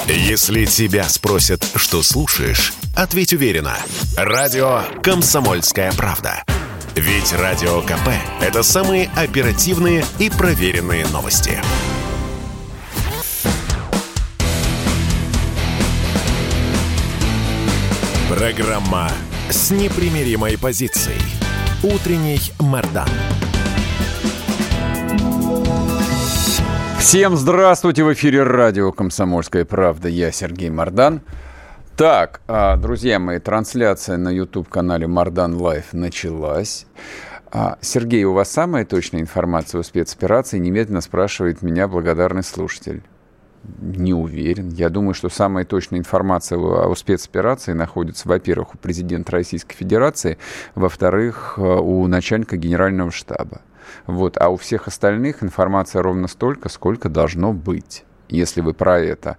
Если тебя спросят, что слушаешь, ответь уверенно. Радио «Комсомольская правда». Ведь Радио КП – это самые оперативные и проверенные новости. Программа с непримиримой позицией. Утренний Мардан. Всем здравствуйте! В эфире радио «Комсомольская правда». Я Сергей Мардан. Так, друзья мои, трансляция на YouTube-канале Мардан Лайв началась. Сергей, у вас самая точная информация о спецоперации? Немедленно спрашивает меня благодарный слушатель. Не уверен. Я думаю, что самая точная информация о спецоперации находится, во-первых, у президента Российской Федерации, во-вторых, у начальника Генерального штаба. Вот. А у всех остальных информация ровно столько, сколько должно быть, если вы про это.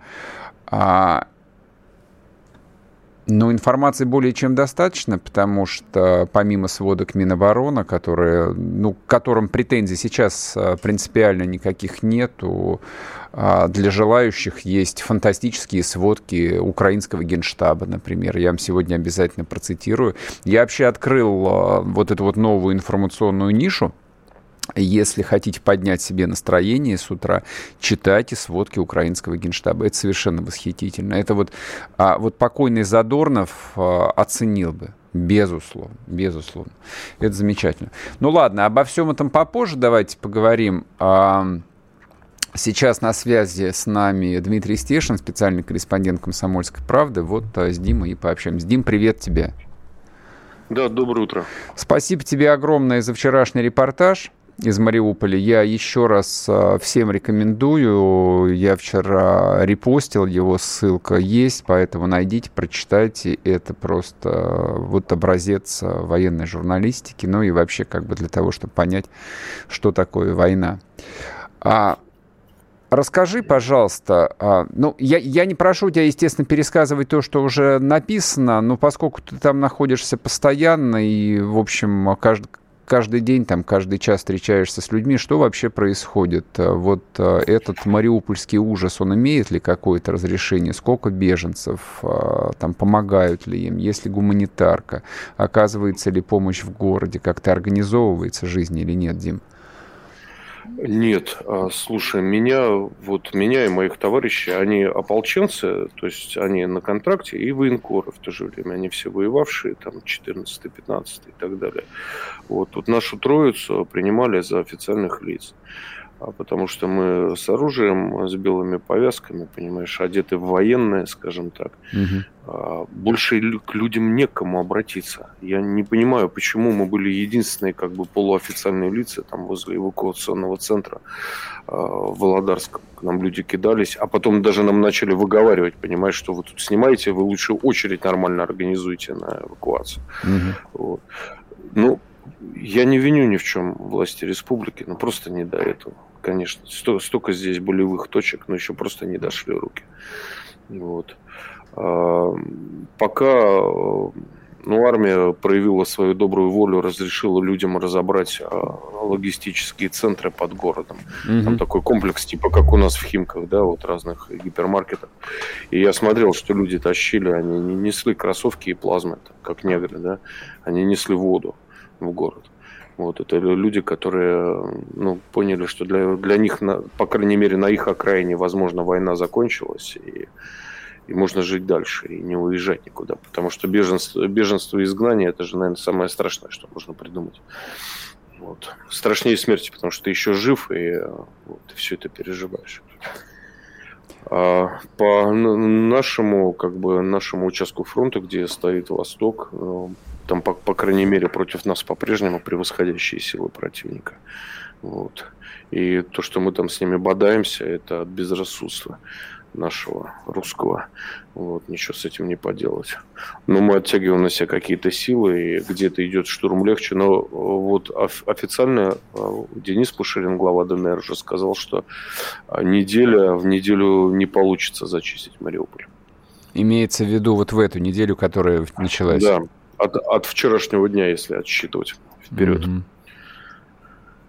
Но информации более чем достаточно, потому что помимо сводок Минобороны, к которым претензий сейчас принципиально никаких нету, для желающих есть фантастические сводки украинского генштаба, например. Я вам сегодня обязательно процитирую. Я вообще открыл вот эту вот новую информационную нишу. Если хотите поднять себе настроение с утра, читайте сводки украинского генштаба. Это совершенно восхитительно. Это вот покойный Задорнов оценил бы. Безусловно, безусловно. Это замечательно. Ну ладно, обо всем этом попозже давайте поговорим. Сейчас на связи с нами Дмитрий Стешин, специальный корреспондент «Комсомольской правды». Вот с Димой и пообщаемся. Дим, привет тебе. Да, доброе утро. Спасибо тебе огромное за вчерашний репортаж из Мариуполя. Я еще раз всем рекомендую. Я вчера репостил его, ссылка есть, поэтому найдите, прочитайте. Это просто вот образец военной журналистики, ну и вообще как бы для того, чтобы понять, что такое война. Расскажи, пожалуйста, я не прошу тебя, естественно, пересказывать то, что уже написано, но поскольку ты там находишься постоянно и, в общем, каждый день, там, каждый час встречаешься с людьми, что вообще происходит? Вот этот мариупольский ужас, он имеет ли какое-то разрешение? Сколько беженцев? Там, помогают ли им? Есть ли гуманитарка? Оказывается ли помощь в городе? Как-то организовывается жизнь или нет, Дим? Нет, слушай, меня и моих товарищей, они ополченцы, то есть они на контракте и военкоры в то же время, они все воевавшие, там, 14-й, 15-й и так далее. Вот тут нашу троицу принимали за официальных лиц, потому что мы с оружием, с белыми повязками, понимаешь, одеты в военное, скажем так. Больше к людям некому обратиться. Я не понимаю, почему мы были единственные как бы полуофициальные лица там возле эвакуационного центра в Володарском. К нам люди кидались, а потом даже нам начали выговаривать, понимаешь, что вы тут снимаете, вы лучше очередь нормально организуйте на эвакуацию. Вот. Ну, я не виню ни в чем власти республики, но просто не до этого. Конечно, столько здесь болевых точек, но еще просто не дошли руки. Вот. Пока армия проявила свою добрую волю, разрешила людям разобрать логистические центры под городом. Там такой комплекс, типа как у нас в Химках, да, вот разных гипермаркетах. И я смотрел, что люди тащили, они не несли кроссовки и плазмы, как негры, да, они несли воду в город. Вот, это люди, которые поняли, что для них, по крайней мере, на их окраине, возможно, война закончилась, и можно жить дальше, и не уезжать никуда. Потому что беженство и изгнание – это же, наверное, самое страшное, что можно придумать. Вот. Страшнее смерти, потому что ты еще жив, и ты все это переживаешь. По нашему участку фронта, где стоит Восток, там, по крайней мере, против нас по-прежнему превосходящие силы противника. Вот. И то, что мы там с ними бодаемся, это от безрассудства нашего русского. Вот, ничего с этим не поделать. Но мы оттягиваем на себя какие-то силы, и где-то идет штурм легче. Но вот официально Денис Пушилин, глава ДНР, уже сказал, что неделя в неделю не получится зачистить Мариуполь. Имеется в виду вот в эту неделю, которая началась? Да, от вчерашнего дня, если отсчитывать вперед.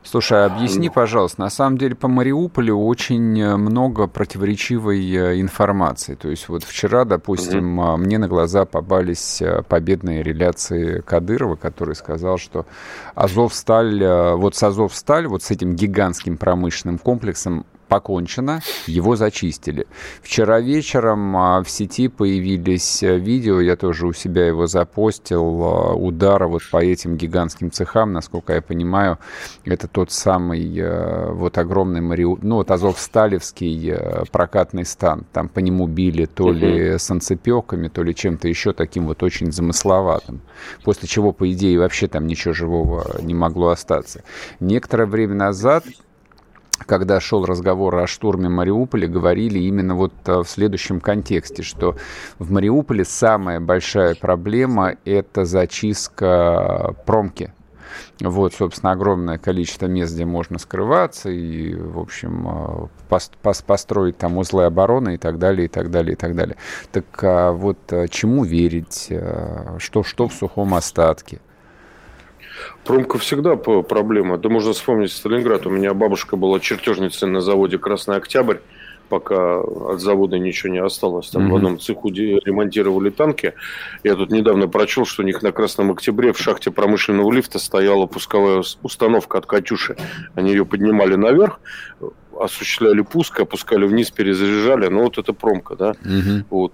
Слушай, объясни, пожалуйста, на самом деле по Мариуполю очень много противоречивой информации. То есть вот вчера, допустим, мне на глаза попались победные реляции Кадырова, который сказал, что Азовсталь, вот с Азовсталь, вот с этим гигантским промышленным комплексом покончено, его зачистили. Вчера вечером в сети появились видео, я тоже у себя его запостил, удара вот по этим гигантским цехам, насколько я понимаю, это тот самый вот огромный вот Азовсталевский прокатный станд. Там по нему били то ли санцепёками, то ли чем-то еще таким вот очень замысловатым. После чего, по идее, вообще там ничего живого не могло остаться. Некоторое время назад, когда шел разговор о штурме Мариуполя, говорили именно вот в следующем контексте, что в Мариуполе самая большая проблема – это зачистка промки. Вот, собственно, огромное количество мест, где можно скрываться и, в общем, построить там узлы обороны и так далее, и так далее, и так далее. Так вот, чему верить? Что в сухом остатке? Промка всегда проблема. Да можно вспомнить Сталинград. У меня бабушка была чертежницей на заводе «Красный Октябрь», пока от завода ничего не осталось. Там в одном цеху ремонтировали танки. Я тут недавно прочел, что у них на Красном Октябре в шахте промышленного лифта стояла пусковая установка от «Катюши». Они ее поднимали наверх, осуществляли пуск, опускали вниз, перезаряжали. Ну, вот это промка, да? Вот.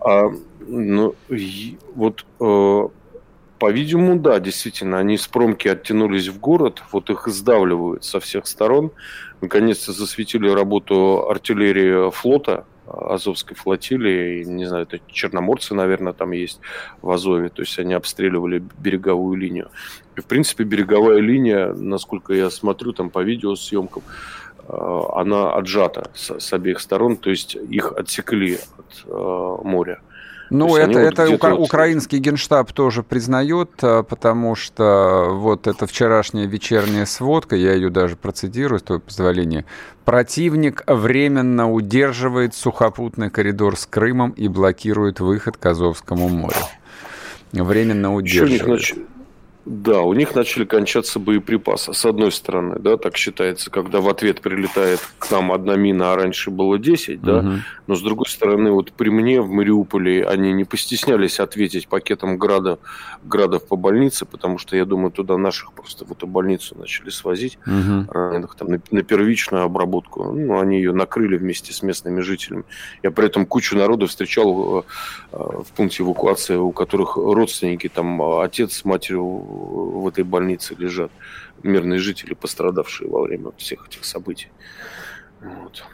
По-видимому, да, действительно, они с промки оттянулись в город, вот их сдавливают со всех сторон. Наконец-то засветили работу артиллерии флота, Азовской флотилии, не знаю, это черноморцы, наверное, там есть в Азове, то есть они обстреливали береговую линию. И, в принципе, береговая линия, насколько я смотрю там по видеосъемкам, она отжата с обеих сторон, то есть их отсекли от моря. Ну, это украинский генштаб тоже признает, потому что вот эта вчерашняя вечерняя сводка, я ее даже процитирую, с твоего позволения. Противник временно удерживает сухопутный коридор с Крымом и блокирует выход к Азовскому морю. Временно удерживает. Да, у них начали кончаться боеприпасы. С одной стороны, да, так считается, когда в ответ прилетает к нам одна мина, а раньше было 10, да. Но с другой стороны, вот при мне в Мариуполе они не постеснялись ответить пакетом градов по больнице, потому что, я думаю, туда наших просто в эту больницу начали свозить, раненых там на первичную обработку. Ну, они ее накрыли вместе с местными жителями. Я при этом кучу народу встречал в пункте эвакуации, у которых родственники, там отец с матерью в этой больнице лежат, мирные жители, пострадавшие во время всех этих событий. Вот.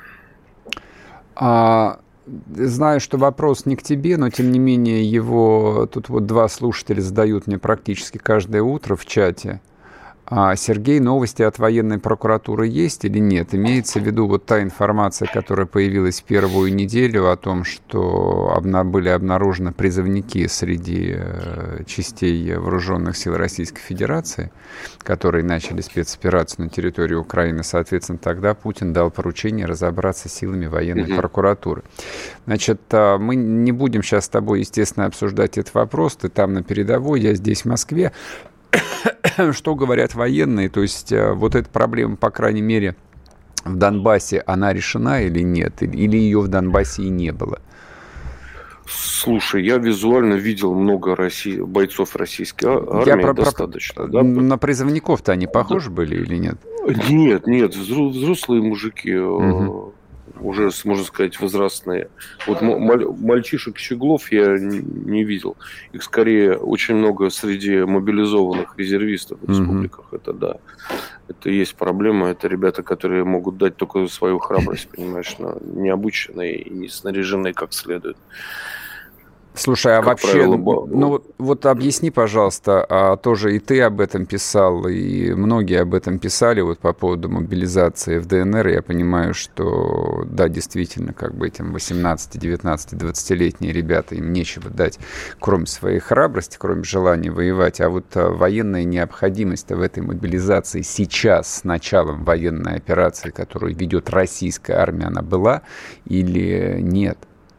Знаю, что вопрос не к тебе, но тем не менее его тут вот два слушателя задают мне практически каждое утро в чате. Сергей, новости от военной прокуратуры есть или нет? Имеется в виду вот та информация, которая появилась в первую неделю о том, что были обнаружены призывники среди частей вооруженных сил Российской Федерации, которые начали спецоперацию на территории Украины. Соответственно, тогда Путин дал поручение разобраться с силами военной прокуратуры. Значит, мы не будем сейчас с тобой, естественно, обсуждать этот вопрос. Ты там на передовой, я здесь в Москве. Что говорят военные? То есть вот эта проблема, по крайней мере, в Донбассе, она решена или нет? Или ее в Донбассе и не было? Слушай, я визуально видел много бойцов российской армии, достаточно. Да? На призывников-то они похожи были или нет? Нет, взрослые мужики, уже, можно сказать, возрастные. Вот мальчишек-щеглов я не видел. Их скорее очень много среди мобилизованных резервистов в республиках. Это да. Это есть проблема. Это ребята, которые могут дать только свою храбрость, понимаешь, но не обученные и не снаряженные как следует. Слушай, а вообще, вот объясни, пожалуйста, тоже и ты об этом писал, и многие об этом писали, вот по поводу мобилизации в ДНР. Я понимаю, что, да, действительно, как бы этим 18, 19, 20-летние ребята, им нечего дать, кроме своей храбрости, кроме желания воевать. А вот военная необходимость в этой мобилизации сейчас, с началом военной операции, которую ведет российская армия, она была или нет?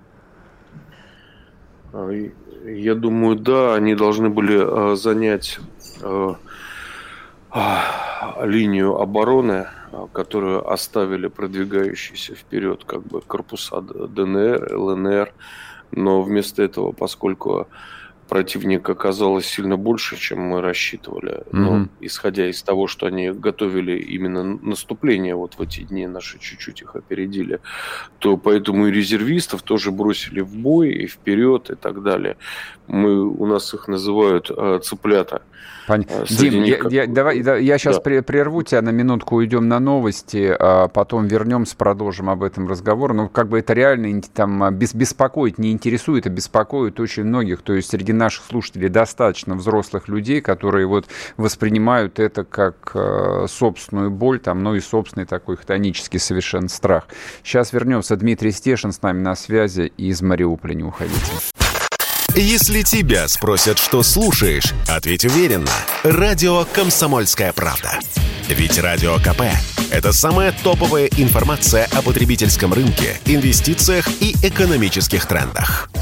Я думаю, да, они должны были занять линию обороны, которую оставили продвигающиеся вперед как бы корпуса ДНР, ЛНР. Но вместо этого, поскольку противник оказалось сильно больше, чем мы рассчитывали, но исходя из того, что они готовили именно наступление вот в эти дни, наши чуть-чуть их опередили, то поэтому и резервистов тоже бросили в бой, и вперед, и так далее. У нас их называют цыплята. Дим, я сейчас прерву тебя на минутку, уйдем на новости, а потом вернемся, продолжим об этом разговор. Но как бы это реально там беспокоит, не интересует, а беспокоит очень многих. То есть среди наших слушателей достаточно взрослых людей, которые вот воспринимают это как собственную боль, там, ну и собственный такой хтонический совершенно страх. Сейчас вернемся. Дмитрий Стешин с нами на связи из Мариуполя. Не уходите. Если тебя спросят, что слушаешь, ответь уверенно. Радио «Комсомольская правда». Ведь Радио КП – это самая топовая информация о потребительском рынке, инвестициях и экономических трендах.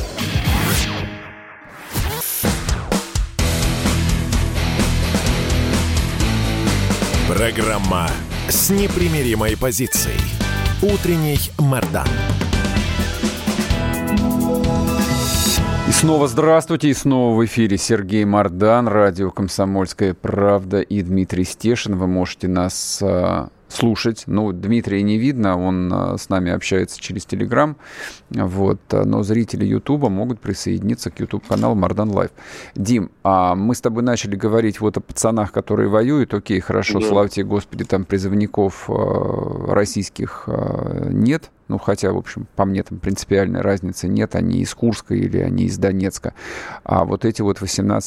Программа с непримиримой позицией. Утренний Мардан. И снова здравствуйте, и снова в эфире Сергей Мардан, радио «Комсомольская правда» и Дмитрий Стешин. Вы можете нас слушать. Ну, Дмитрия не видно, он с нами общается через Телеграм, вот, но зрители Ютуба могут присоединиться к Ютуб-каналу Мардан Лайв. Дим, мы с тобой начали говорить вот о пацанах, которые воюют. Окей, хорошо, слава тебе, Господи, там призывников российских нет. Ну, хотя, в общем, по мне там принципиальной разницы нет. Они из Курска или они из Донецка. А вот эти вот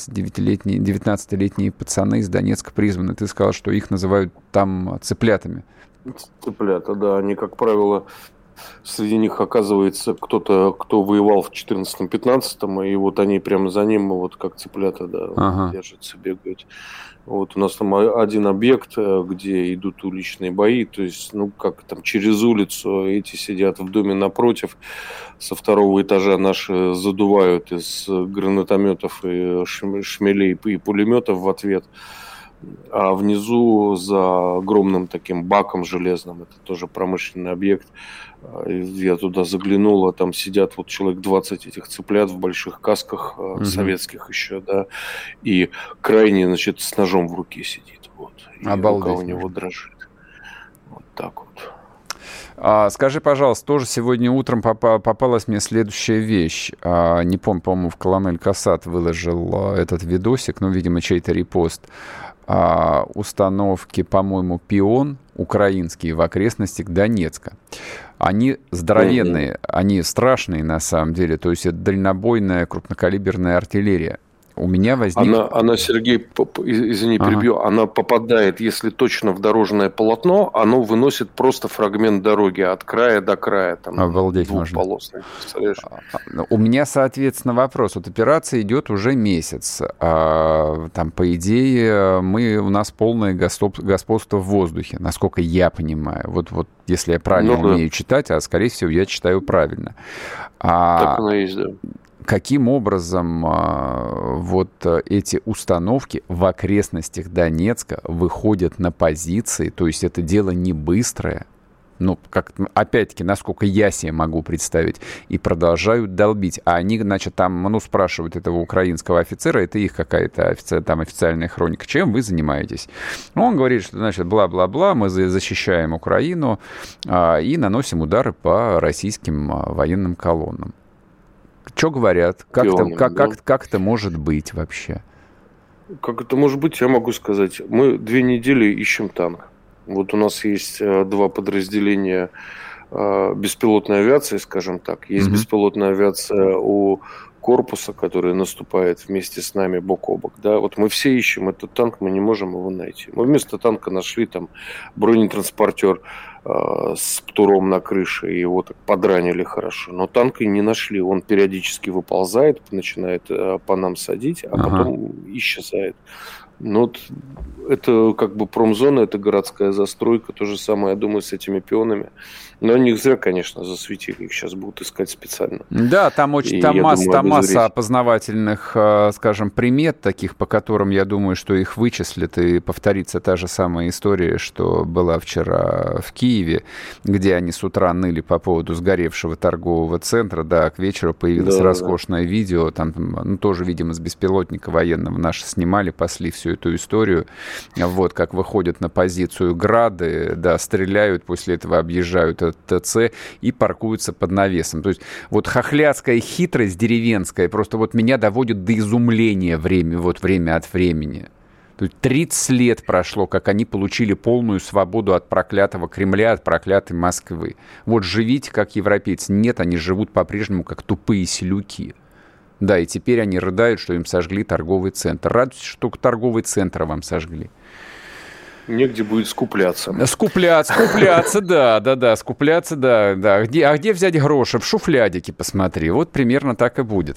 19-летние пацаны из Донецка призваны. Ты сказал, что их называют там цыплятами. Цыплята, да. Они, как правило, среди них оказывается кто-то, кто воевал в 14-15, и вот они прямо за ним, вот как цыплята, да, держатся, бегают. Вот у нас там один объект, где идут уличные бои, то есть, ну, как там через улицу, эти сидят в доме напротив, со второго этажа наши задувают из гранатометов и шмелей и пулеметов в ответ. А внизу за огромным таким баком железным, это тоже промышленный объект, я туда заглянул, а там сидят вот человек 20 этих цыплят в больших касках, советских еще, да, и крайний, значит, с ножом в руке сидит, вот, и рука у него дрожит, вот так вот. Скажи, пожалуйста, тоже сегодня утром попалась мне следующая вещь. Не помню, по-моему, в Колонель Касат выложил этот видосик, ну, видимо, чей-то репост. Установки, по-моему, «Пион» украинские в окрестностях Донецка. Они здоровенные, они страшные на самом деле. То есть это дальнобойная крупнокалиберная артиллерия. У меня возник... Она, Сергей, извини, перебью, она попадает, если точно в дорожное полотно, оно выносит просто фрагмент дороги от края до края. Там, обалдеть двухполосный, можно. У меня, соответственно, вопрос. Вот операция идет уже месяц. Там, по идее, у нас полное господство в воздухе, насколько я понимаю. Вот если я правильно умею читать, а, скорее всего, я читаю правильно. Так оно и есть, да. Каким образом вот эти установки в окрестностях Донецка выходят на позиции? То есть это дело не быстрое, ну, как, опять-таки, насколько я себе могу представить, и продолжают долбить. А они, значит, там, ну, спрашивают этого украинского офицера, это их какая-то там официальная хроника, чем вы занимаетесь? Он говорит, что, значит, бла-бла-бла, мы защищаем Украину и наносим удары по российским военным колоннам. Что говорят? Как это может быть вообще? Как это может быть, я могу сказать. Мы 2 недели ищем танк. Вот у нас есть 2 подразделения беспилотной авиации, скажем так. Есть беспилотная авиация у корпуса, который наступает вместе с нами бок о бок. Да? Вот мы все ищем этот танк, мы не можем его найти. Мы вместо танка нашли там бронетранспортер с птуром на крыше, и его так подранили хорошо. Но танка не нашли. Он периодически выползает, начинает по нам садить, а потом исчезает. Ну, вот это как бы промзона, это городская застройка, то же самое, я думаю, с этими пионами. Но они их зря, конечно, засветили, их сейчас будут искать специально. Да, там масса опознавательных, скажем, примет таких, по которым, я думаю, что их вычислят, и повторится та же самая история, что была вчера в Киеве, где они с утра ныли по поводу сгоревшего торгового центра, да, к вечеру появилось роскошное видео, там, ну, тоже, видимо, с беспилотника военного наши снимали, пасли всю эту историю, вот, как выходят на позицию грады, да, стреляют, после этого объезжают ТЦ и паркуются под навесом. То есть вот хохлядская хитрость деревенская просто вот меня доводит до изумления время от времени. То есть 30 лет прошло, как они получили полную свободу от проклятого Кремля, от проклятой Москвы. Вот живите как европейцы. Нет, они живут по-прежнему как тупые селюки. Да, и теперь они рыдают, что им сожгли торговый центр. Радуйтесь, что только торговый центр вам сожгли. Негде будет скупляться. Скупляться, да, скупляться, да. А где взять гроши? В шуфлядике посмотри. Вот примерно так и будет.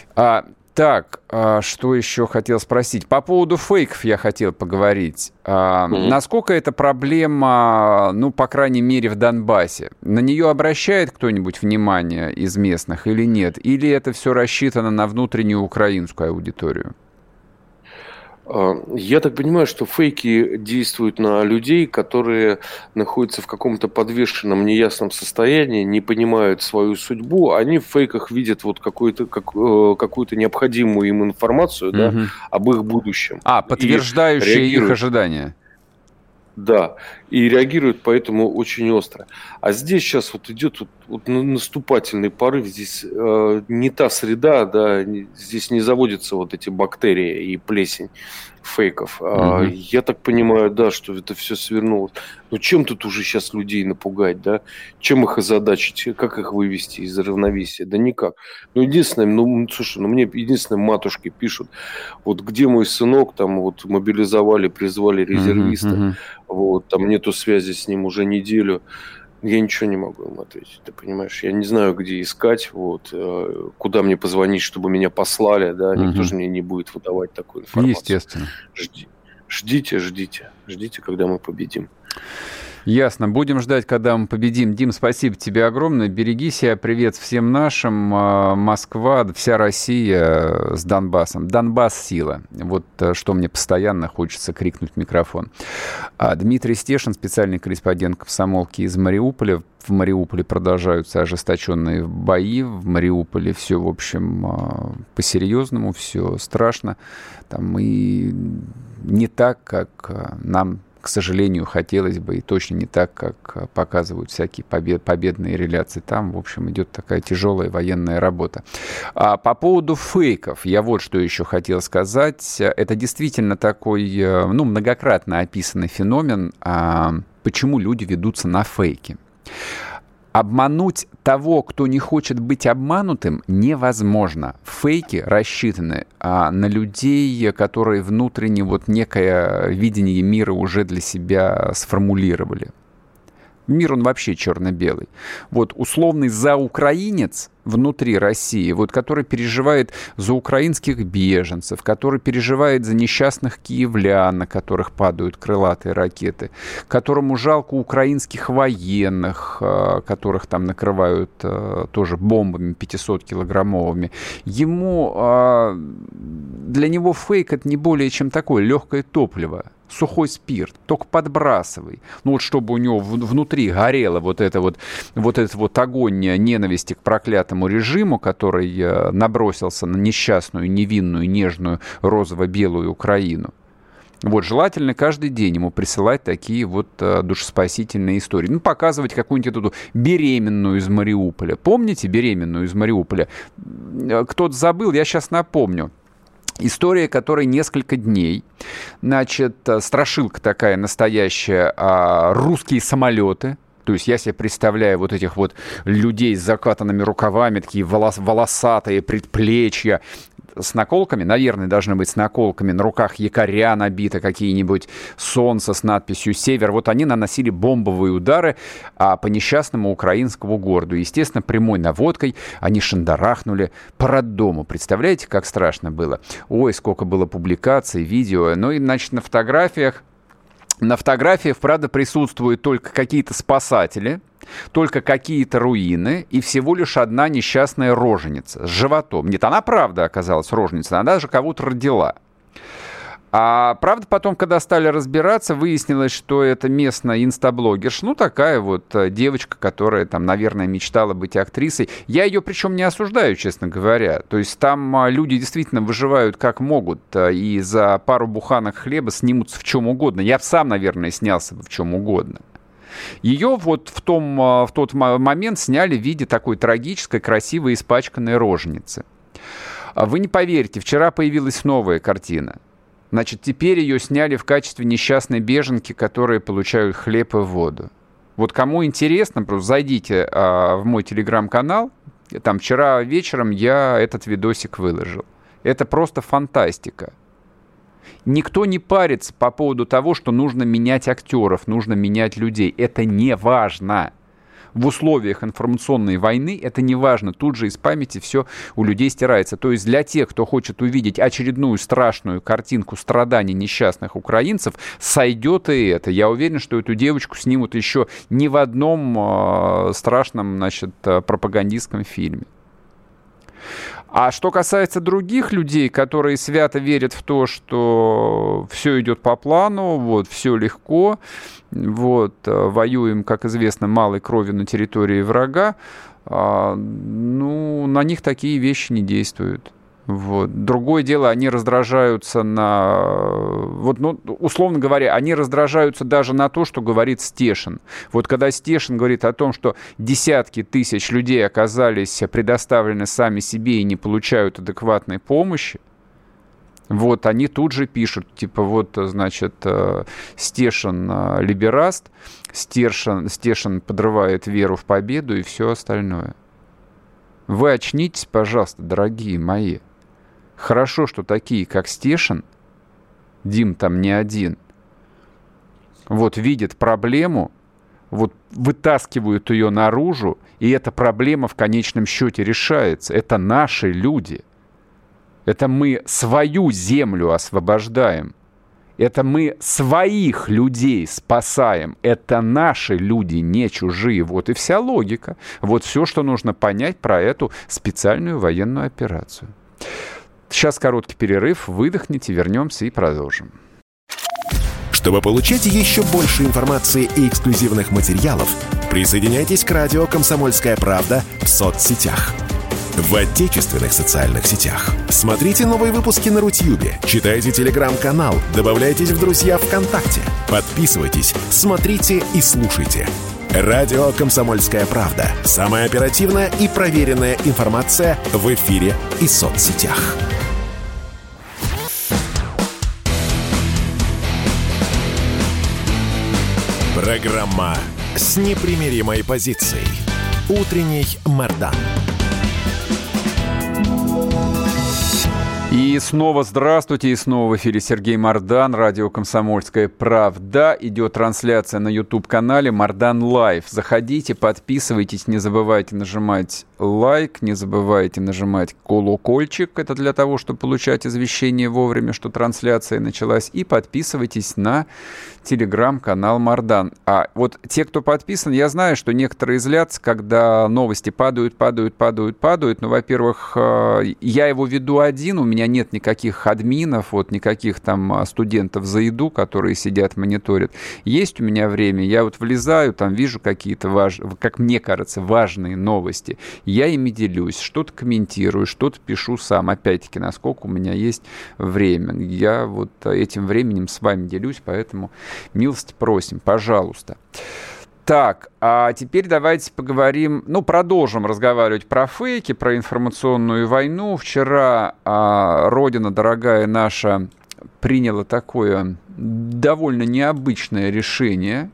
Что еще хотел спросить? По поводу фейков я хотел поговорить. Насколько эта проблема, ну, по крайней мере, в Донбассе? На нее обращает кто-нибудь внимание из местных или нет? Или это все рассчитано на внутреннюю украинскую аудиторию? Я так понимаю, что фейки действуют на людей, которые находятся в каком-то подвешенном, неясном состоянии, не понимают свою судьбу. Они в фейках видят вот какую-то необходимую им информацию, да, об их будущем. Подтверждающие их ожидания. Да, и реагируют поэтому очень остро. А здесь сейчас вот идет вот наступательный порыв, здесь не та среда, да, здесь не заводятся вот эти бактерии и плесень фейков. Я так понимаю, да, что это все свернулось. Но чем тут уже сейчас людей напугать, да? Чем их озадачить? Как их вывести из равновесия? Да никак. Слушай, мне единственное матушки пишут, вот где мой сынок, там вот мобилизовали, призвали резервиста, вот, там нету связи с ним уже неделю. Я ничего не могу им ответить, ты понимаешь? Я не знаю, где искать, вот, куда мне позвонить, чтобы меня послали, да, никто же мне не будет выдавать такую информацию. Естественно. Ждите, когда мы победим. Ясно. Будем ждать, когда мы победим. Дим, спасибо тебе огромное. Береги себя. Привет всем нашим. Москва, вся Россия с Донбассом. Донбасс — сила. Вот что мне постоянно хочется крикнуть в микрофон. Дмитрий Стешин, специальный корреспондент «Комсомолки» из Мариуполя. В Мариуполе продолжаются ожесточенные бои. В Мариуполе все, в общем, по-серьезному, все страшно. Там и не так, как нам, к сожалению, хотелось бы, и точно не так, как показывают всякие победные реляции. Там, в общем, идет такая тяжелая военная работа. По поводу фейков, я вот что еще хотел сказать. Это действительно такой, многократно описанный феномен, почему люди ведутся на фейки. Обмануть того, кто не хочет быть обманутым, невозможно. Фейки рассчитаны на людей, которые внутренне вот некое видение мира уже для себя сформулировали. Мир, он вообще черно-белый. Вот условный заукраинец внутри России, вот, который переживает за украинских беженцев, который переживает за несчастных киевлян, на которых падают крылатые ракеты, которому жалко украинских военных, которых там накрывают тоже бомбами 500-килограммовыми. Для него фейк — это не более чем такое легкое топливо. Сухой спирт, только подбрасывай. Чтобы у него внутри горела вот этот огонь ненависти к проклятому режиму, который набросился на несчастную, невинную, нежную, розово-белую Украину. Вот, желательно каждый день ему присылать такие вот душеспасительные истории. Показывать какую-нибудь эту беременную из Мариуполя. Помните беременную из Мариуполя? Кто-то забыл, я сейчас напомню. История, которой несколько дней. Страшилка такая настоящая. Русские самолеты. То есть я себе представляю вот этих вот людей с закатанными рукавами, такие волосатые предплечья, с наколками, наверное, должны быть с наколками, на руках якоря набиты какие-нибудь, солнце с надписью «Север». Вот они наносили бомбовые удары по несчастному украинскому городу. Естественно, прямой наводкой они шандарахнули по роддому. Представляете, как страшно было? Ой, сколько было публикаций, видео. Ну и, значит, на фотографиях, правда, присутствуют только какие-то спасатели, только какие-то руины и всего лишь одна несчастная роженица с животом. Нет, она правда оказалась роженицей, она даже кого-то родила. А правда, потом, когда стали разбираться, выяснилось, что это местная инстаблогерша, ну, такая вот девочка, которая там, наверное, мечтала быть актрисой. Я ее причем не осуждаю, честно говоря. То есть там люди действительно выживают как могут, и за пару буханок хлеба снимутся в чем угодно. Я сам, наверное, снялся бы в чем угодно. Ее вот в тот момент сняли в виде такой трагической, красивой, испачканной роженицы. Вы не поверите, вчера появилась новая картина. Значит, теперь ее сняли в качестве несчастной беженки, которые получают хлеб и воду. Вот кому интересно, просто зайдите в мой телеграм-канал. Там вчера вечером я этот видосик выложил. Это просто фантастика. Никто не парится по поводу того, что нужно менять актеров, нужно менять людей. Это не важно. В условиях информационной войны это не важно. Тут же из памяти все у людей стирается. То есть для тех, кто хочет увидеть очередную страшную картинку страданий несчастных украинцев, сойдет и это. Я уверен, что эту девочку снимут еще не в одном страшном, значит, пропагандистском фильме. А что касается других людей, которые свято верят в то, что все идет по плану, вот, все легко, вот, воюем, как известно, малой кровью на территории врага, ну, на них такие вещи не действуют. Вот. Другое дело, они раздражаются вот, ну, условно говоря, они раздражаются даже на то, что говорит Стешин. Вот когда Стешин говорит о том, что десятки тысяч людей оказались предоставлены сами себе и не получают адекватной помощи, вот, они тут же пишут, типа, вот, значит, Стешин либераст, Стешин подрывает веру в победу и все остальное. Вы очнитесь, пожалуйста, дорогие мои. Хорошо, что такие, как Стешин, Дим там не один, вот видят проблему, вот вытаскивают ее наружу, и эта проблема в конечном счете решается. Это наши люди. Это мы свою землю освобождаем. Это мы своих людей спасаем. Это наши люди, не чужие. Вот и вся логика. Вот все, что нужно понять про эту специальную военную операцию. Сейчас короткий перерыв, выдохните, вернемся и продолжим. Чтобы получать еще больше информации и эксклюзивных материалов, присоединяйтесь к радио «Комсомольская правда» в соцсетях. В отечественных социальных сетях. Смотрите новые выпуски на Рутьюбе, читайте телеграм-канал, добавляйтесь в друзья ВКонтакте, подписывайтесь, смотрите и слушайте. Радио «Комсомольская правда». Самая оперативная и проверенная информация в эфире и соцсетях. Программа с непримиримой позицией. Утренний Мардан. И снова здравствуйте, и снова в эфире Сергей Мардан, радио «Комсомольская правда». Идет трансляция на YouTube-канале «Мардан Лайв». Заходите, подписывайтесь, не забывайте нажимать лайк, не забывайте нажимать колокольчик. Это для того, чтобы получать извещение вовремя, что трансляция началась. И подписывайтесь на телеграм-канал Мардан. А вот те, кто подписан, я знаю, что некоторые злятся, когда новости падают. Ну, во-первых, я его веду один, у меня нет никаких админов, вот никаких там студентов за еду, которые сидят, мониторят. Есть у меня время, я вот влезаю, там вижу какие-то, как мне кажется, важные новости. Я ими делюсь, что-то комментирую, что-то пишу сам. Опять-таки, насколько у меня есть время. Я вот этим временем с вами делюсь, поэтому милости просим, пожалуйста. Так, а теперь давайте поговорим, продолжим разговаривать про фейки, про информационную войну. Вчера родина дорогая наша приняла такое довольно необычное решение.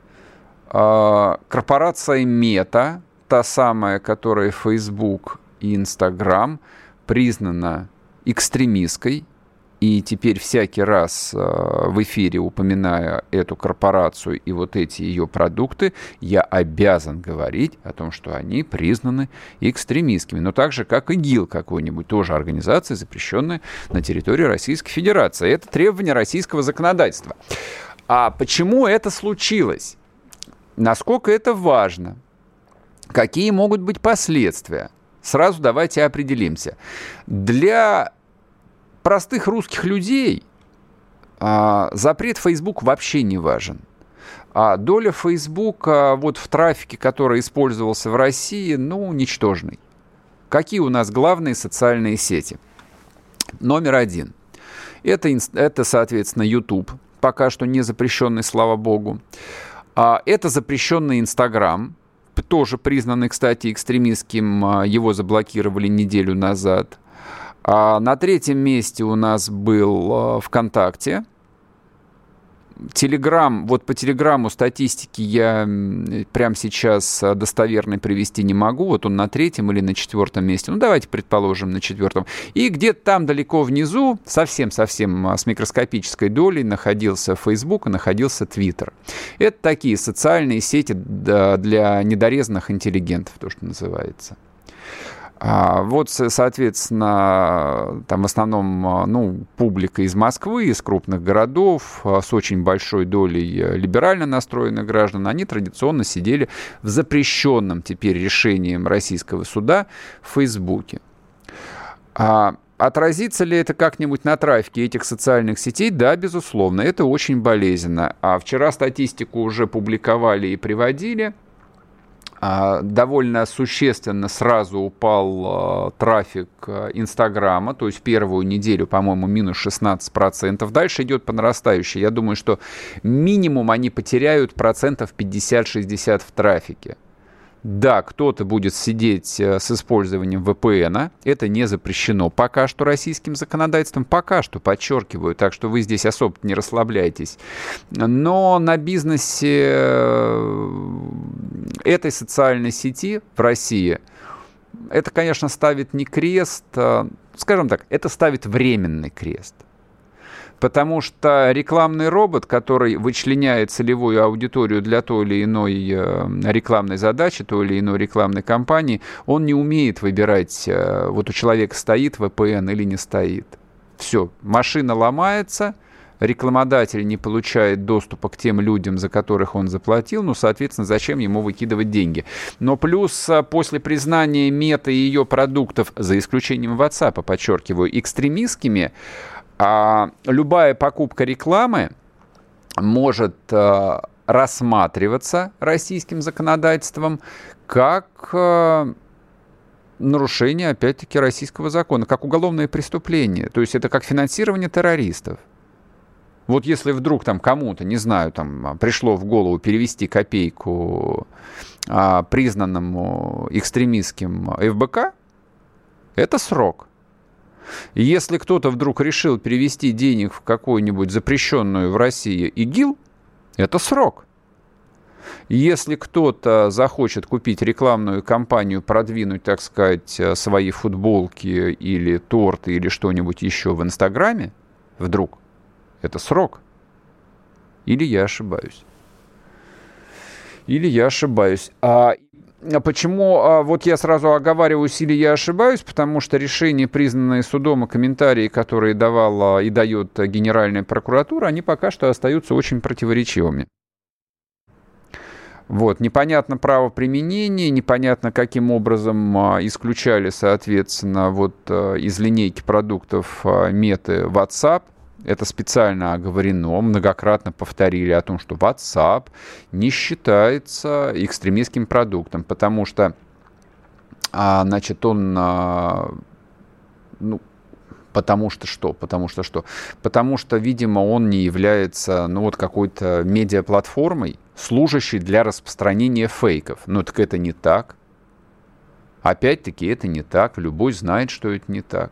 Корпорация Мета, та самая, которая Facebook и Instagram, признана экстремистской. И теперь всякий раз в эфире, упоминая эту корпорацию и вот эти ее продукты, я обязан говорить о том, что они признаны экстремистскими. Но так же, как ИГИЛ какой-нибудь, тоже организация, запрещенная на территории Российской Федерации. Это требование российского законодательства. А почему это случилось? Насколько это важно? Какие могут быть последствия? Сразу давайте определимся. Для простых русских людей запрет Facebook вообще не важен. А доля Facebook вот в трафике, который использовался в России, ничтожный. Какие у нас главные социальные сети? Номер один. Это, соответственно, YouTube, пока что не запрещенный, слава богу. Это запрещенный Instagram, тоже признанный, кстати, экстремистским. Его заблокировали неделю назад. На третьем месте у нас был ВКонтакте. Телеграм, вот по Телеграму статистики я прямо сейчас достоверно привести не могу. Вот он на третьем или на четвертом месте. Давайте предположим, на четвертом. И где-то там далеко внизу, совсем-совсем с микроскопической долей, находился Facebook и находился Twitter. Это такие социальные сети для недорезанных интеллигентов, то, что называется. Вот, соответственно, там в основном, публика из Москвы, из крупных городов, с очень большой долей либерально настроенных граждан, они традиционно сидели в запрещенном теперь решением российского суда в Фейсбуке. Отразится ли это как-нибудь на трафике этих социальных сетей? Да, безусловно, это очень болезненно. Вчера статистику уже публиковали и приводили. Довольно существенно сразу упал трафик Инстаграма, то есть в первую неделю, по-моему, минус 16%. Дальше идет по нарастающей. Я думаю, что минимум они потеряют 50-60% в трафике. Да, кто-то будет сидеть с использованием VPN, это не запрещено пока что российским законодательством, пока что, подчеркиваю, так что вы здесь особо не расслабляйтесь. Но на бизнесе этой социальной сети в России это, конечно, ставит не крест, скажем так, это ставит временный крест. Потому что рекламный робот, который вычленяет целевую аудиторию для той или иной рекламной задачи, той или иной рекламной кампании, он не умеет выбирать, вот у человека стоит VPN или не стоит. Все, машина ломается, рекламодатель не получает доступа к тем людям, за которых он заплатил, соответственно, зачем ему выкидывать деньги. Но плюс после признания Мета и ее продуктов, за исключением WhatsApp, подчеркиваю, экстремистскими, любая покупка рекламы может рассматриваться российским законодательством как нарушение, опять-таки, российского закона, как уголовное преступление. То есть это как финансирование террористов. Вот если вдруг там кому-то, не знаю, там пришло в голову перевести копейку признанному экстремистским ФБК, это срок. Если кто-то вдруг решил перевести денег в какую-нибудь запрещенную в России ИГИЛ, это срок. Если кто-то захочет купить рекламную кампанию, продвинуть, так сказать, свои футболки или торты или что-нибудь еще в Инстаграме, вдруг, это срок. Или я ошибаюсь. Почему, вот я сразу оговариваюсь, или я ошибаюсь, потому что решения, признанные судом, и комментарии, которые давала и дает Генеральная прокуратура, они пока что остаются очень противоречивыми. Вот, непонятно правоприменение, непонятно, каким образом исключали, соответственно, вот из линейки продуктов Меты WhatsApp. Это специально оговорено, многократно повторили о том, что WhatsApp не считается экстремистским продуктом, потому что, значит, он, потому что, видимо, он не является, какой-то медиаплатформой, служащей для распространения фейков. Так это не так. Опять-таки, это не так. Любой знает, что это не так.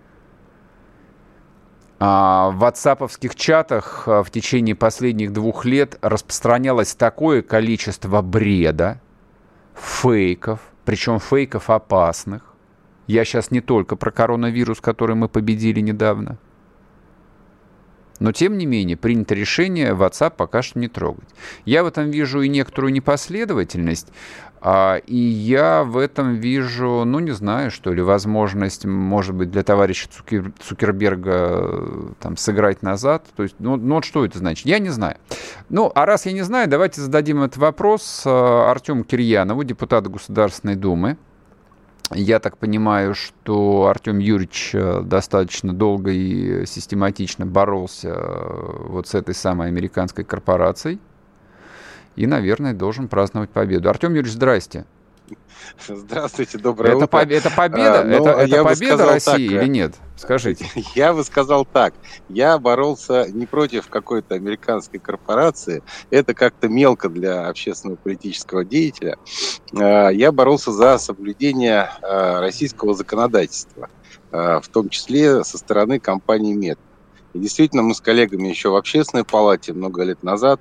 В ватсаповских чатах в течение последних 2 лет распространялось такое количество бреда, фейков, причем фейков опасных, Я сейчас не только про коронавирус, который мы победили недавно. Но, тем не менее, принято решение WhatsApp пока что не трогать. Я в этом вижу и некоторую непоследовательность, и я в этом вижу, не знаю, что ли, возможность, может быть, для товарища Цукерберга там, сыграть назад. То есть, вот что это значит? Я не знаю. А раз я не знаю, давайте зададим этот вопрос Артему Кирьянову, депутату Государственной Думы. Я так понимаю, что Артем Юрьевич достаточно долго и систематично боролся вот с этой самой американской корпорацией и, наверное, должен праздновать победу. Артем Юрьевич, здрасте. Здравствуйте, доброе утро. Это победа? Это победа России или нет? Скажите. Я бы сказал так. Я боролся не против какой-то американской корпорации. Это как-то мелко для общественного политического деятеля. Я боролся за соблюдение российского законодательства, в том числе со стороны компании Мета. И действительно, мы с коллегами еще в Общественной палате много лет назад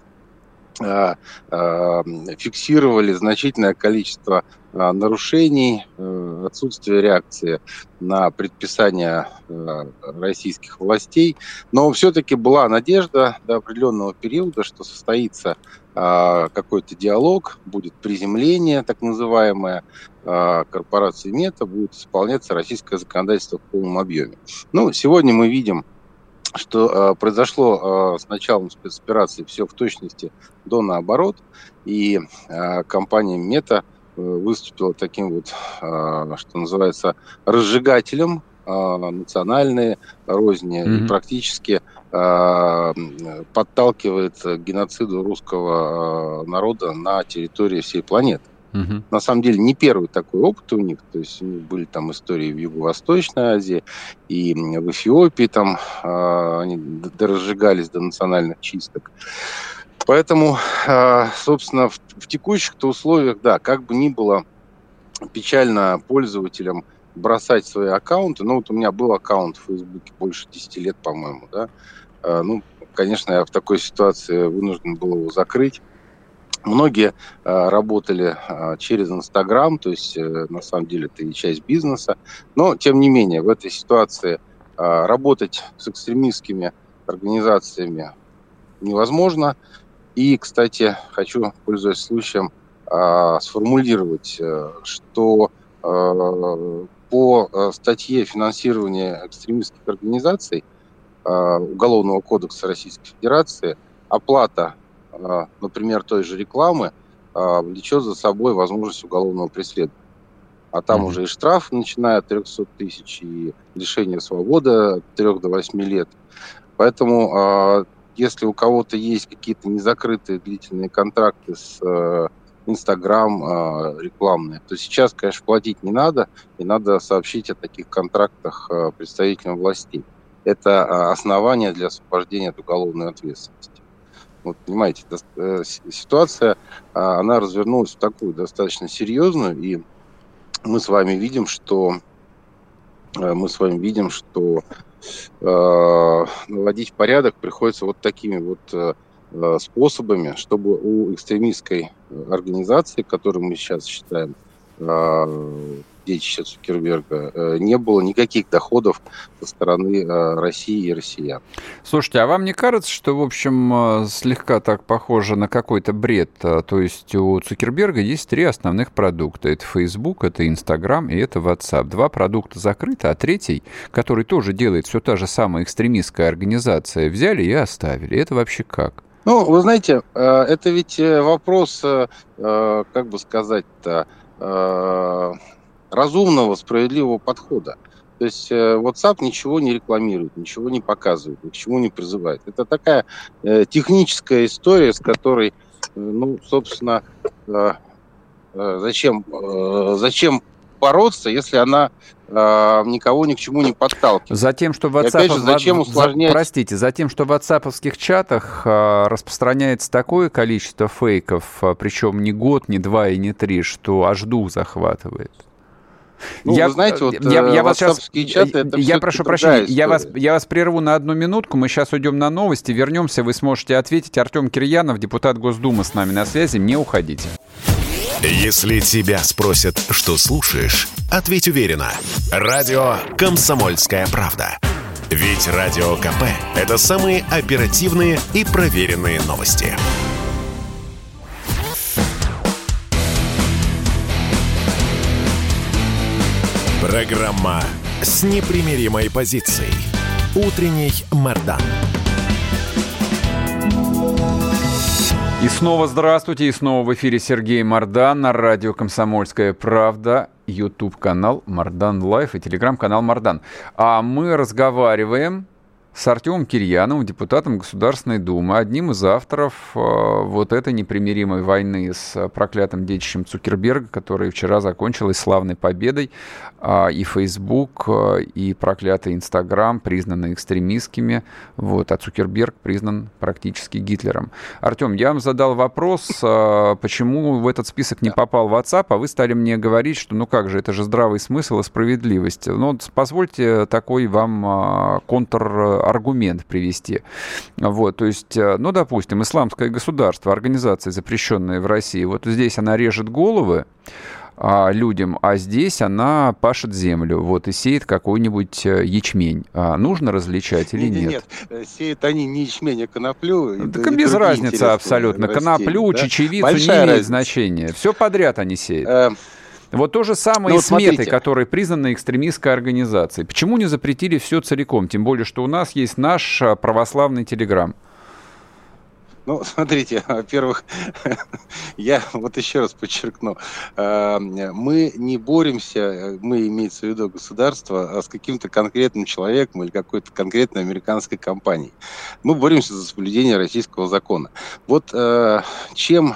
фиксировали значительное количество нарушений, отсутствие реакции на предписания российских властей. Но все-таки была надежда до определенного периода, что состоится какой-то диалог, будет приземление, так называемое, корпорации Мета, будет исполняться российское законодательство в полном объеме. Сегодня мы видим, что произошло с началом спецоперации все в точности до наоборот, и компания Мета выступила таким вот, что называется, разжигателем национальной розни и практически подталкивает к геноциду русского народа на территории всей планеты. На самом деле не первый такой опыт у них, то есть у них были там истории в Юго-Восточной Азии и в Эфиопии, там они разжигались до национальных чисток. Поэтому, собственно, в текущих-то условиях, да, как бы ни было печально пользователям бросать свои аккаунты, вот у меня был аккаунт в Фейсбуке больше 10 лет, по-моему, да, конечно, я в такой ситуации вынужден был его закрыть. Многие работали через Инстаграм, то есть на самом деле это и часть бизнеса. Но, тем не менее, в этой ситуации работать с экстремистскими организациями невозможно. И, кстати, хочу, пользуясь случаем, сформулировать, что по статье финансирования экстремистских организаций Уголовного кодекса Российской Федерации оплата, например, той же рекламы, влечет за собой возможность уголовного преследования. А там уже и штраф, начиная от 300 тысяч, и лишение свободы от 3 до 8 лет. Поэтому, если у кого-то есть какие-то незакрытые длительные контракты с Инстаграм рекламные, то сейчас, конечно, платить не надо, и надо сообщить о таких контрактах представителям властей. Это основание для освобождения от уголовной ответственности. Вот, понимаете, ситуация, она развернулась в такую достаточно серьезную, и мы с вами видим, что наводить порядок приходится вот такими вот способами, чтобы у экстремистской организации, которую мы сейчас считаем детище Цукерберга, не было никаких доходов со стороны России и россиян. Слушайте, а вам не кажется, что, в общем, слегка так похоже на какой-то бред? То есть у Цукерберга есть 3 основных продукта. Это Facebook, это Instagram и это WhatsApp. 2 продукта закрыты, а 3, который тоже делает все та же самая экстремистская организация, взяли и оставили. Это вообще как? Вы знаете, это ведь вопрос, как бы сказать-то, разумного, справедливого подхода. То есть WhatsApp ничего не рекламирует, ничего не показывает, ни к чему не призывает. Это такая техническая история, с которой, собственно, зачем бороться, если она никого ни к чему не подталкивает. Затем, что в ватсаповских чатах распространяется такое количество фейков, причем не год, не 2 и не 3, что аж дух захватывает. Вы знаете, вот ватсапские чаты, это я прошу прощения, я вас прерву на 1 минутку, мы сейчас уйдем на новости, вернемся, вы сможете ответить. Артем Кирьянов, депутат Госдумы, с нами на связи, не уходите. Если тебя спросят, что слушаешь, ответь уверенно. Радио «Комсомольская правда». Ведь Радио КП – это самые оперативные и проверенные новости. Программа с непримиримой позицией. Утренний Мардан. И снова здравствуйте, и снова в эфире Сергей Мардан на радио «Комсомольская правда», YouTube-канал Мардан Лайв и телеграм-канал Мардан. А мы разговариваем с Артемом Кирьяновым, депутатом Государственной Думы, одним из авторов вот этой непримиримой войны с проклятым детищем Цукерберга, которая вчера закончилась славной победой. И Facebook, и проклятый Инстаграм признаны экстремистскими, вот, а Цукерберг признан практически Гитлером. Артем, я вам задал вопрос, почему в этот список не попал WhatsApp, а вы стали мне говорить, что ну как же, это же здравый смысл и справедливость. Ну, позвольте такой вам контраргумент привести. Вот, то есть, ну, допустим, исламское государство, организация, запрещенная в России, вот здесь она режет головы людям, а здесь она пашет землю, вот, и сеет какой-нибудь ячмень. Нужно различать или нет? Нет, сеют они не ячмень, а коноплю. Так без разницы абсолютно. Коноплю, да? Чечевицу большая не имеет значения. Все подряд они сеют. Вот то же самое и с метой, которая признана экстремистской организацией. Почему не запретили все целиком? Тем более, что у нас есть наш православный телеграм. Ну, смотрите, во-первых, я вот еще раз подчеркну, мы не боремся, мы, имеется в виду государство, с каким-то конкретным человеком или какой-то конкретной американской компанией. Мы боремся за соблюдение российского закона. Вот чем,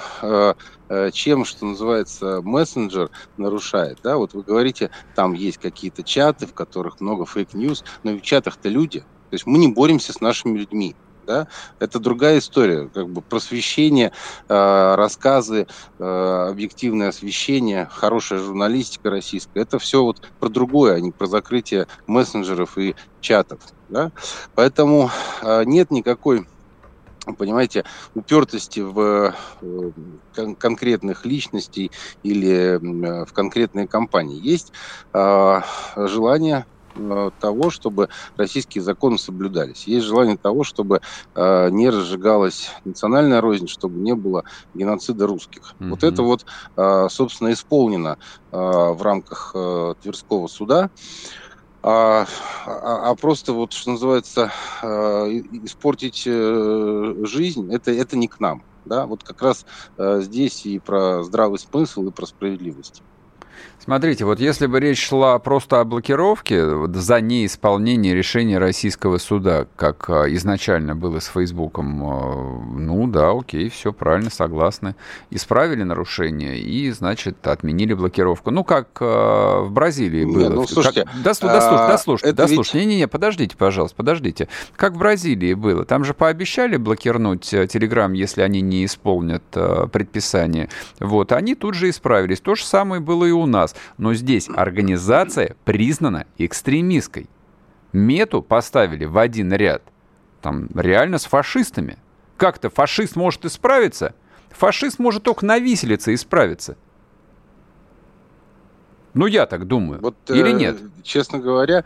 что называется, мессенджер нарушает, да, вот вы говорите, там есть какие-то чаты, в которых много фейк-ньюс, но в чатах-то люди, то есть мы не боремся с нашими людьми. Да? Это другая история, как бы просвещение, рассказы, объективное освещение, хорошая журналистика российская. Это все вот про другое, а не про закрытие мессенджеров и чатов. Да? Поэтому нет никакой, понимаете, упертости в конкретных личностей или в конкретные компании. Есть желание того, чтобы российские законы соблюдались. Есть желание того, чтобы не разжигалась национальная рознь, чтобы не было геноцида русских. Mm-hmm. Вот это вот, собственно, исполнено в рамках Тверского суда. А просто, вот, что называется, испортить жизнь, это не к нам. Да? Вот как раз здесь и про здравый смысл, и про справедливость. Смотрите, вот если бы речь шла просто о блокировке за неисполнение решения российского суда, как изначально было с Фейсбуком, ну да, окей, все правильно, согласны. Исправили нарушение и, значит, отменили блокировку. Ну, как в Бразилии было. Ну, слушайте, дослушайте. Не-не-не, подождите, пожалуйста, подождите. Как в Бразилии было. Там же пообещали блокировать Телеграм, если они не исполнят предписание. Вот, они тут же исправились. То же самое было и у нас. Но здесь организация признана экстремистской. Мету поставили в один ряд. Там реально с фашистами. Как-то фашист может исправиться? Фашист может только на виселице исправиться. Ну, я так думаю. Вот, или нет? Честно говоря,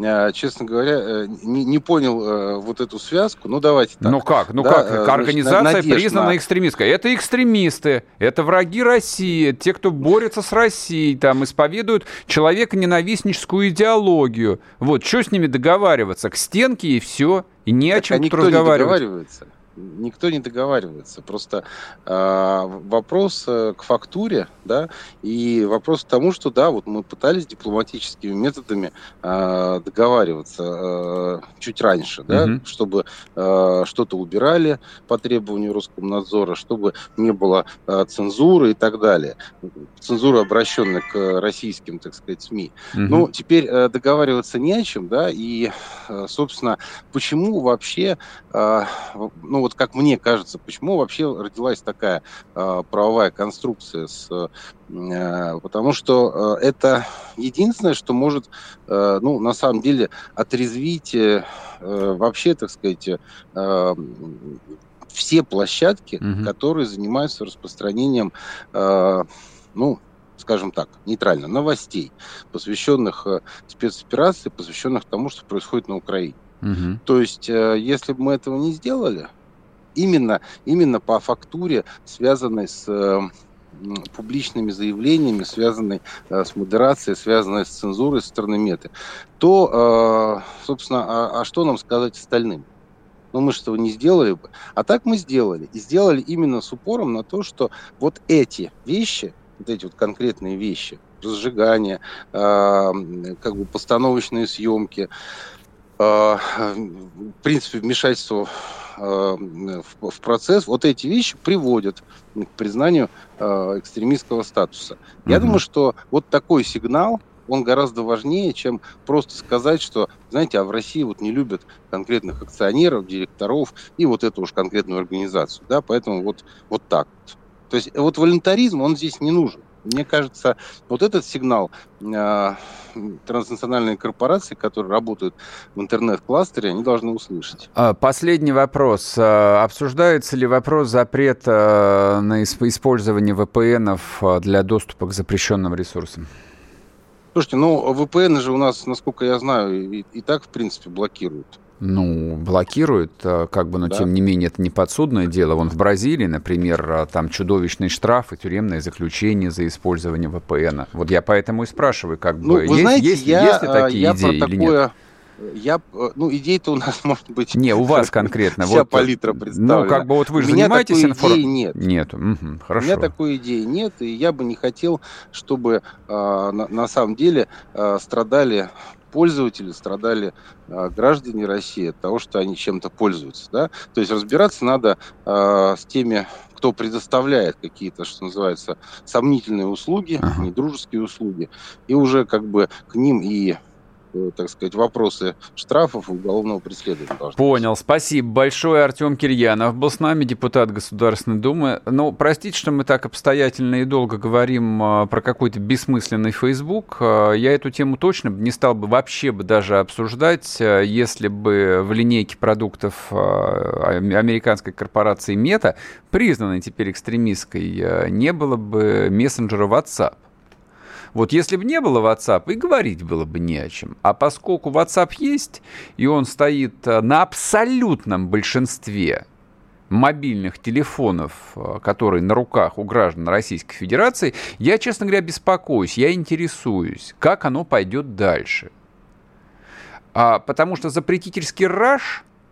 не понял вот эту связку. Ну, давайте так. Ну как? Организация признана экстремистской. Это экстремисты, это враги России, те, кто борется с Россией, там, исповедуют человеконенавистническую идеологию. Вот, что с ними договариваться? К стенке и все. И не о чем тут разговаривать. Никто не договаривается. Просто вопрос к фактуре, да, и вопрос к тому, что да, вот мы пытались дипломатическими методами договариваться чуть раньше, да, чтобы что-то убирали по требованию Роскомнадзора, чтобы не было цензуры и так далее. Цензура, обращенная к российским, так сказать, СМИ. Ну, теперь договариваться не о чем, да, и, собственно, почему вообще, ну, вот как мне кажется, почему вообще родилась такая правовая конструкция? Потому что это единственное, что может, ну, на самом деле, отрезвить вообще, так сказать, все площадки, которые занимаются распространением скажем так, нейтрально, новостей, посвященных спецоперации, посвященных тому, что происходит на Украине. Угу. То есть, если бы мы этого не сделали, именно по фактуре, связанной с публичными заявлениями, связанной с модерацией, связанной с цензурой со стороны Меты, то, собственно, а что нам сказать остальным? Мы же этого не сделали бы. А так мы сделали. И сделали именно с упором на то, что вот эти вещи, вот эти вот конкретные вещи, разжигание, постановочные съемки, в принципе, вмешательство в процесс, вот эти вещи приводят к признанию экстремистского статуса. Я думаю, что вот такой сигнал, он гораздо важнее, чем просто сказать, что, знаете, а в России вот не любят конкретных акционеров, директоров и вот эту уж конкретную организацию, да, поэтому вот так вот. То есть вот волонтаризм, он здесь не нужен. Мне кажется, вот этот сигнал транснациональные корпорации, которые работают в интернет-кластере, они должны услышать. Последний вопрос. Обсуждается ли вопрос запрета на использование VPN-ов для доступа к запрещенным ресурсам? Слушайте, VPN же у нас, насколько я знаю, и так, в принципе, блокируют. Блокируют, да. Тем не менее, это не подсудное дело. Вон в Бразилии, например, там чудовищный штраф и тюремное заключение за использование VPN. Вот я поэтому и спрашиваю, есть ли такие идеи или нет? Идей-то у нас, может быть... Не, у вас конкретно. Вся палитра представлена. Вы же занимаетесь информацией. Нет. Нет. Хорошо. У меня такой идеи нет, и я бы не хотел, чтобы на самом деле страдали пользователи, страдали граждане России от того, что они чем-то пользуются. Да? То есть разбираться надо с теми, кто предоставляет какие-то, что называется, сомнительные услуги, недружеские услуги, и уже к ним и, так сказать, вопросы штрафов и уголовного преследования должны. Понял. Спасибо большое. Артем Кирьянов был с нами, депутат Государственной Думы. Простите, что мы так обстоятельно и долго говорим про какой-то бессмысленный Facebook. Я эту тему точно не стал бы вообще даже обсуждать, если бы в линейке продуктов американской корпорации Meta, признанной теперь экстремистской, не было бы мессенджера WhatsApp. Вот если бы не было WhatsApp, и говорить было бы не о чем. А поскольку WhatsApp есть, и он стоит на абсолютном большинстве мобильных телефонов, которые на руках у граждан Российской Федерации, я, честно говоря, беспокоюсь, я интересуюсь, как оно пойдет дальше. Потому что запретительский раж –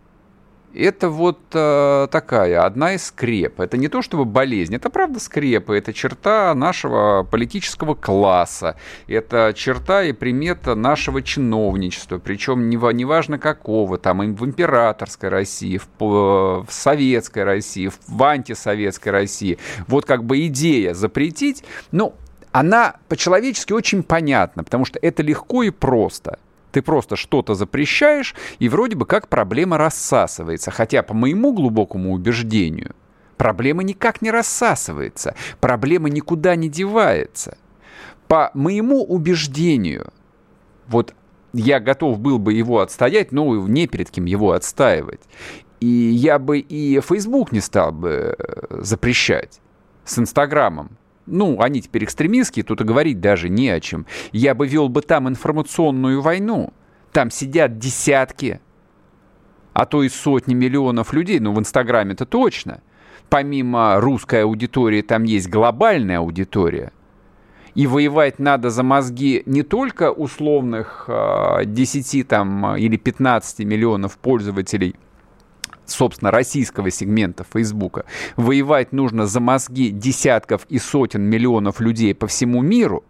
это такая одна из скреп. Это не то чтобы болезнь, это правда скрепа, это черта нашего политического класса, это черта и примета нашего чиновничества, причем неважно какого, там и в императорской России, в советской России, в антисоветской России. Вот идея запретить, она по-человечески очень понятна, потому что это легко и просто. Ты просто что-то запрещаешь, и вроде бы как проблема рассасывается. Хотя, по моему глубокому убеждению, проблема никак не рассасывается. Проблема никуда не девается. По моему убеждению, я готов был бы его отстоять, но не перед кем его отстаивать. И я бы и Facebook не стал бы запрещать с Инстаграмом. Они теперь экстремистские, тут и говорить даже не о чем. Я бы вел бы там информационную войну. Там сидят десятки, а то и сотни миллионов людей. В Инстаграме-то точно. Помимо русской аудитории, там есть глобальная аудитория. И воевать надо за мозги не только условных 10 или 15 миллионов пользователей, собственно, российского сегмента Фейсбука. Воевать нужно за мозги десятков и сотен миллионов людей по всему миру.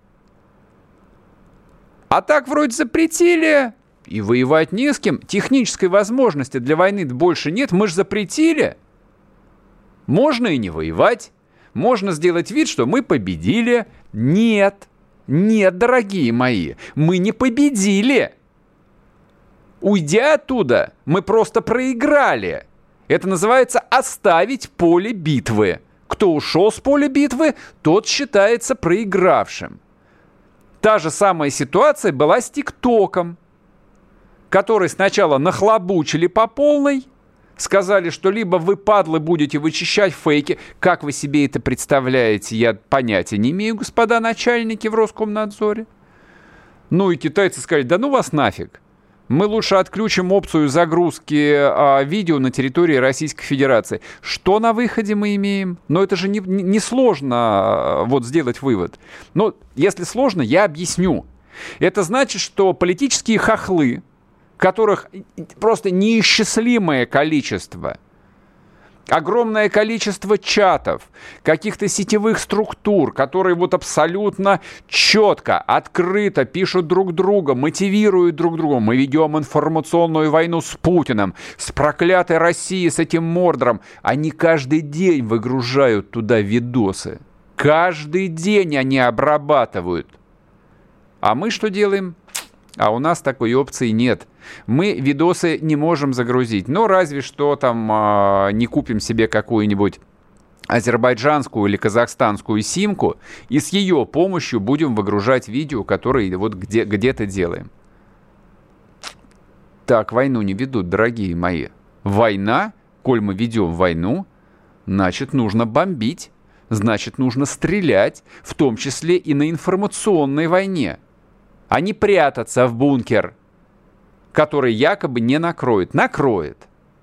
А так вроде запретили, и воевать не с кем. Технической возможности для войны больше нет. Мы же запретили. Можно и не воевать. Можно сделать вид, что мы победили. Нет, дорогие мои, мы не победили. Уйдя оттуда, мы просто проиграли. Это называется оставить поле битвы. Кто ушел с поля битвы, тот считается проигравшим. Та же самая ситуация была с ТикТоком, который сначала нахлобучили по полной, сказали, что либо вы, падлы, будете вычищать фейки. Как вы себе это представляете, я понятия не имею, господа начальники в Роскомнадзоре. Ну и китайцы сказали, да ну вас нафиг. Мы лучше отключим опцию загрузки видео на территории Российской Федерации. Что на выходе мы имеем? Но это же не сложно вот сделать вывод. Но если сложно, я объясню. Это значит, что политические хохлы, которых просто неисчислимое количество, огромное количество чатов, каких-то сетевых структур, которые вот абсолютно четко, открыто пишут друг друга, мотивируют друг друга. Мы ведем информационную войну с Путиным, с проклятой Россией, с этим Мордором. Они каждый день выгружают туда видосы. Каждый день они обрабатывают. А мы что делаем? А у нас такой опции нет. Мы видосы не можем загрузить. Но разве что там не купим себе какую-нибудь азербайджанскую или казахстанскую симку и с ее помощью будем выгружать видео, которые вот где-то делаем. Так войну не ведут, дорогие мои. Война, коль мы ведем войну, значит, нужно бомбить, значит, нужно стрелять, в том числе и на информационной войне. А не прятаться в бункер, который якобы не накроет. Накроет.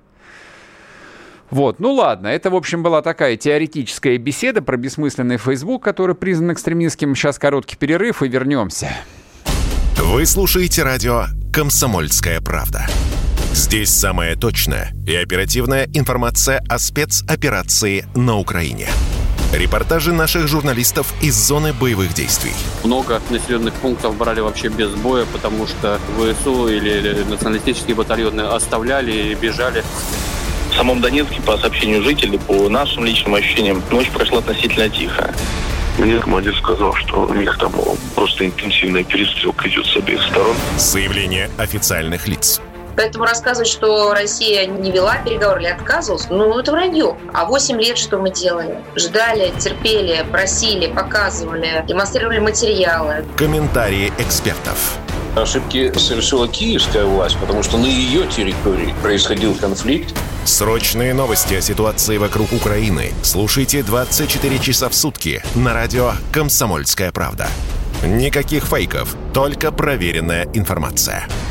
Вот, ну ладно, это, в общем, была такая теоретическая беседа про бессмысленный Facebook, который признан экстремистским. Сейчас короткий перерыв и вернемся. Вы слушаете радио «Комсомольская правда». Здесь самая точная и оперативная информация о спецоперации на Украине. Репортажи наших журналистов из зоны боевых действий. Много населенных пунктов брали вообще без боя, потому что ВСУ или националистические батальоны оставляли и бежали. В самом Донецке, по сообщению жителей, по нашим личным ощущениям, ночь прошла относительно тихо. Мне командир сказал, что у них там просто интенсивная перестрелка идет с обеих сторон. Заявление официальных лиц. Поэтому рассказывать, что Россия не вела переговоры или отказывалась, это вранье. А 8 лет что мы делали? Ждали, терпели, просили, показывали, демонстрировали материалы. Комментарии экспертов. Ошибки совершила киевская власть, потому что на ее территории происходил конфликт. Срочные новости о ситуации вокруг Украины слушайте 24 часа в сутки на радио «Комсомольская правда». Никаких фейков, только проверенная информация.